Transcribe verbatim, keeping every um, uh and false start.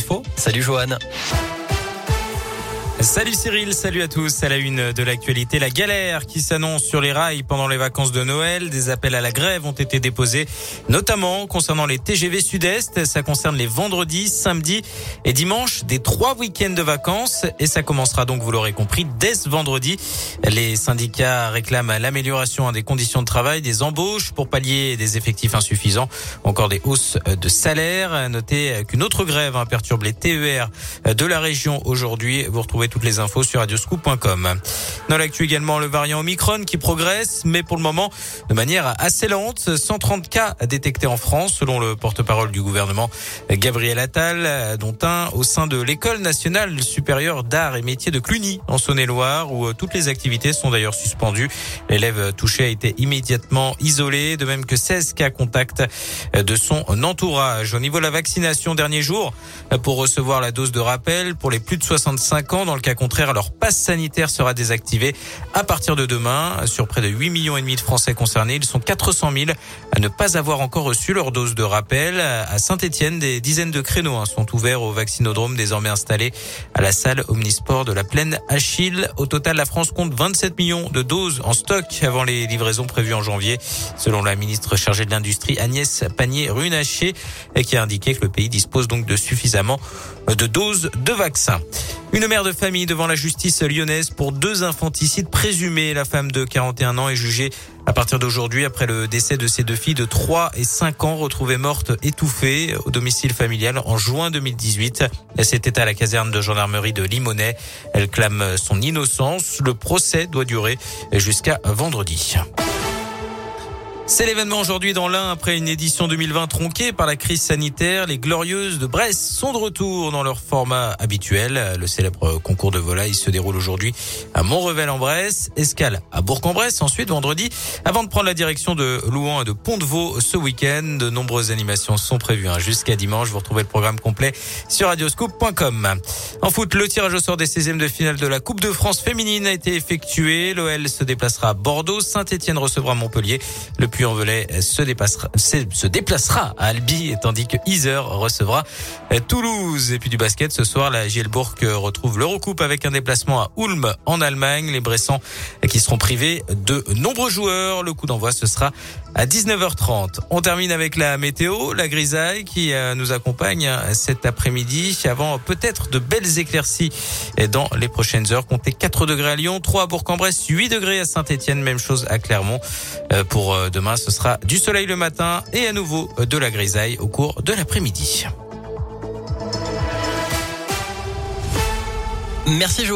l'info. Salut Johan. Salut Cyril, salut à tous. À la une de l'actualité, la galère qui s'annonce sur les rails pendant les vacances de Noël. Des appels à la grève ont été déposés, notamment concernant les T G V Sud-Est. Ça concerne les vendredis, samedis et dimanches des trois week-ends de vacances. Et ça commencera donc, vous l'aurez compris, dès ce vendredi. Les syndicats réclament l'amélioration des conditions de travail, des embauches pour pallier des effectifs insuffisants, encore des hausses de salaire. Notez qu'une autre grève perturbe les T E R de la région aujourd'hui. Vous retrouvez toutes les infos sur radioscoop point com. Dans l'actu également, le variant Omicron qui progresse, mais pour le moment de manière assez lente. cent trente cas détectés en France, selon le porte-parole du gouvernement Gabriel Attal, dont un au sein de l'École nationale supérieure d'art et métiers de Cluny, en Saône-et-Loire, où toutes les activités sont d'ailleurs suspendues. L'élève touché a été immédiatement isolé, de même que seize cas contacts de son entourage. Au niveau de la vaccination, dernier jour pour recevoir la dose de rappel pour les plus de soixante-cinq ans. Dans le cas contraire, leur passe sanitaire sera désactivé à partir de demain. Sur près de huit millions et demi de Français concernés, ils sont quatre cent mille à ne pas avoir encore reçu leur dose de rappel. À Saint-Étienne, des dizaines de créneaux sont ouverts au vaccinodrome désormais installé à la salle Omnisport de la Plaine Achille. Au total, la France compte vingt-sept millions de doses en stock avant les livraisons prévues en janvier, selon la ministre chargée de l'Industrie Agnès Pannier-Runacher, qui a indiqué que le pays dispose donc de suffisamment de doses de vaccins. Une mère de famille devant la justice lyonnaise pour deux infanticides présumés. La femme de quarante et un ans est jugée à partir d'aujourd'hui après le décès de ses deux filles de trois et cinq ans retrouvées mortes étouffées au domicile familial en juin deux mille dix-huit. C'était à la caserne de gendarmerie de Limonest. Elle clame son innocence. Le procès doit durer jusqu'à vendredi. C'est l'événement aujourd'hui dans l'Ain après une édition deux mille vingt tronquée par la crise sanitaire. Les Glorieuses de Brest sont de retour dans leur format habituel. Le célèbre concours de volaille se déroule aujourd'hui à Montrevel-en-Bresse, escale à Bourg-en-Bresse ensuite vendredi, avant de prendre la direction de Louhans et de Pont-de-Vaux ce week-end. De nombreuses animations sont prévues jusqu'à dimanche. Vous retrouvez le programme complet sur radioscoop point com. En foot, le tirage au sort des seizièmes de finale de la Coupe de France féminine a été effectué. L'O L se déplacera à Bordeaux, Saint-Étienne recevra Montpellier. Le Puy-en-Velay se déplacera, se déplacera à Albi, tandis que Yzeure recevra Toulouse. Et puis du basket, ce soir, la Gielbourg retrouve l'Eurocoupe avec un déplacement à Ulm en Allemagne. Les Bressans qui seront privés de nombreux joueurs. Le coup d'envoi, ce sera à dix-neuf heures trente. On termine avec la météo, la grisaille qui nous accompagne cet après-midi avant peut-être de belles éclaircies dans les prochaines heures. Comptez quatre degrés à Lyon, trois à Bourg-en-Bresse, huit degrés à Saint-Étienne, même chose à Clermont. Pour demain, ce sera du soleil le matin et à nouveau de la grisaille au cours de l'après-midi. Merci Jo.